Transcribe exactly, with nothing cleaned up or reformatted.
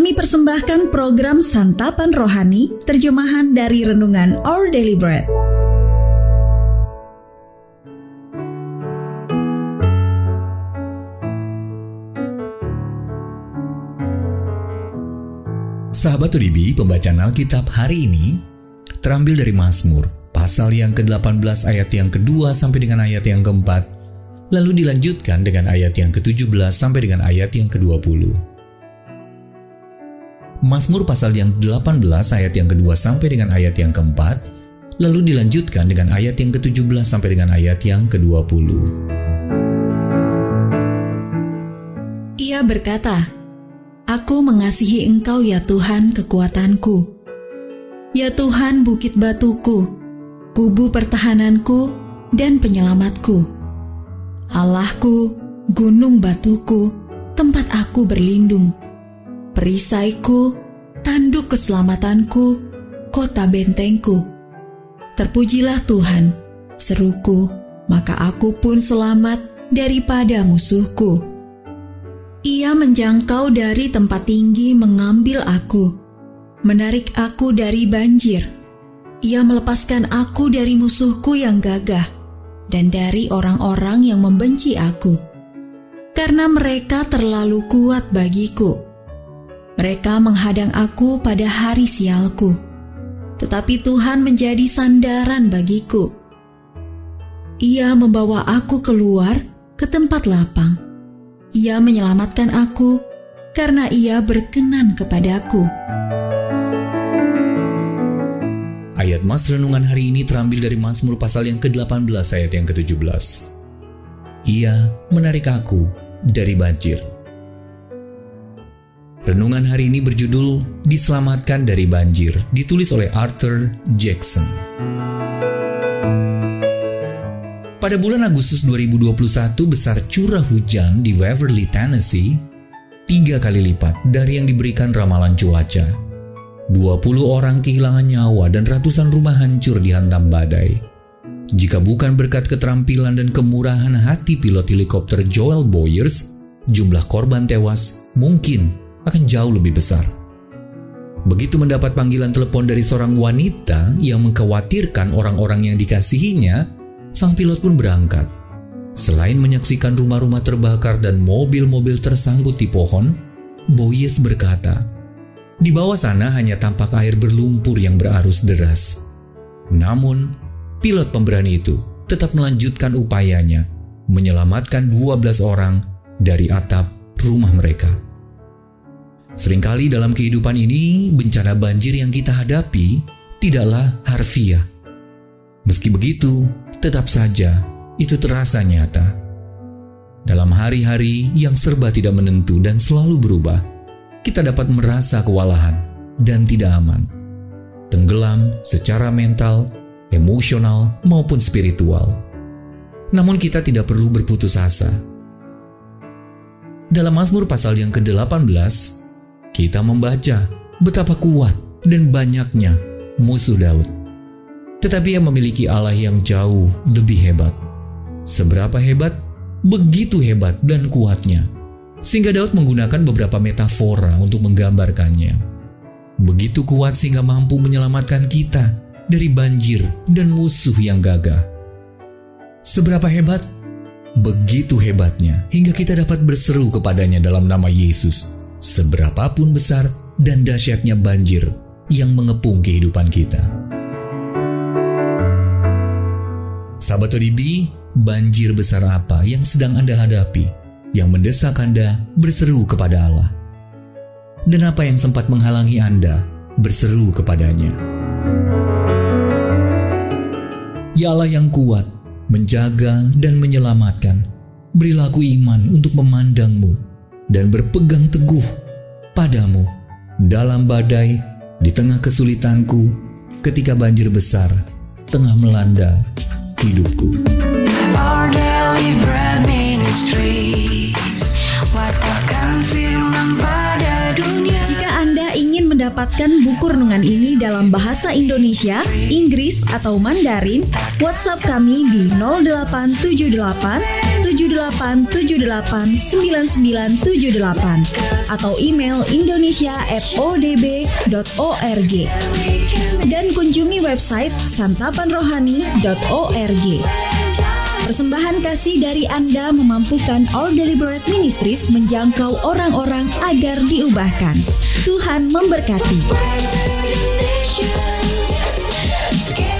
Kami persembahkan program Santapan Rohani, terjemahan dari Renungan Our Daily Bread. Sahabat O D B, pembacaan Alkitab hari ini terambil dari Mazmur, pasal yang ke delapan belas ayat yang kedua sampai dengan ayat yang keempat, lalu dilanjutkan dengan ayat yang ke tujuh belas sampai dengan ayat yang ke dua puluh. Mazmur pasal yang delapan belas ayat yang kedua sampai dengan ayat yang keempat, lalu dilanjutkan dengan ayat yang ke tujuh belas sampai dengan ayat yang ke dua puluh. Ia berkata, "Aku mengasihi Engkau ya Tuhan kekuatanku. Ya Tuhan bukit batuku, kubu pertahananku dan penyelamatku. Allahku, gunung batuku, tempat aku berlindung. Perisaiku, tanduk keselamatanku, kota bentengku. Terpujilah Tuhan, seruku, maka aku pun selamat daripada musuhku. Ia menjangkau dari tempat tinggi mengambil aku, menarik aku dari banjir. Ia melepaskan aku dari musuhku yang gagah dan dari orang-orang yang membenci aku. Karena mereka terlalu kuat bagiku. Mereka menghadang aku pada hari sialku, tetapi Tuhan menjadi sandaran bagiku. Ia membawa aku keluar ke tempat lapang. Ia menyelamatkan aku karena Ia berkenan kepadaku." Ayat Mas Renungan hari ini terambil dari Mazmur pasal yang ke delapan belas ayat yang ke tujuh belas. Ia menarik aku dari banjir. Renungan hari ini berjudul Diselamatkan dari Banjir, ditulis oleh Arthur Jackson. Pada bulan Agustus dua ribu dua puluh satu, besar curah hujan di Waverly, Tennessee, tiga kali lipat dari yang diberikan ramalan cuaca. dua puluh orang kehilangan nyawa dan ratusan rumah hancur dihantam badai. Jika bukan berkat keterampilan dan kemurahan hati pilot helikopter Joel Boyers, jumlah korban tewas mungkin akan jauh lebih besar. Begitu mendapat panggilan telepon dari seorang wanita yang mengkhawatirkan orang-orang yang dikasihinya, sang pilot pun berangkat. Selain menyaksikan rumah-rumah terbakar dan mobil-mobil tersangkut di pohon, Boyes berkata, "Di bawah sana hanya tampak air berlumpur yang berarus deras." Namun, pilot pemberani itu tetap melanjutkan upayanya, menyelamatkan dua belas orang dari atap rumah mereka. Seringkali dalam kehidupan ini, bencana banjir yang kita hadapi tidaklah harfiah. Meski begitu, tetap saja itu terasa nyata. Dalam hari-hari yang serba tidak menentu dan selalu berubah, kita dapat merasa kewalahan dan tidak aman, tenggelam secara mental, emosional, maupun spiritual. Namun kita tidak perlu berputus asa. Dalam Mazmur pasal yang ke delapan belas, kita membaca betapa kuat dan banyaknya musuh Daud. Tetapi ia memiliki Allah yang jauh lebih hebat. Seberapa hebat? Begitu hebat dan kuatnya, sehingga Daud menggunakan beberapa metafora untuk menggambarkannya. Begitu kuat sehingga mampu menyelamatkan kita dari banjir dan musuh yang gagah. Seberapa hebat? Begitu hebatnya hingga kita dapat berseru kepadanya dalam nama Yesus, seberapapun besar dan dahsyatnya banjir yang mengepung kehidupan kita. Sahabat O D B, banjir besar apa yang sedang Anda hadapi yang mendesak Anda berseru kepada Allah? Dan apa yang sempat menghalangi Anda berseru kepadanya? Ya Allah yang kuat, menjaga dan menyelamatkan, berilah aku iman untuk memandang-Mu dan berpegang teguh padamu dalam badai, di tengah kesulitanku, ketika banjir besar tengah melanda hidupku. Our Daily Bread Ministries, watakkan firman pada dunia. Jika Anda ingin mendapatkan buku renungan ini dalam bahasa Indonesia, Inggris, atau Mandarin, WhatsApp kami di nol delapan tujuh delapan tujuh tujuh delapan tujuh delapan sembilan sembilan tujuh delapan atau email indonesia at o d b dot org dan kunjungi website santapan rohani dot org. Persembahan kasih dari Anda memampukan Our Deliberate Ministries menjangkau orang-orang agar diubahkan. Tuhan memberkati.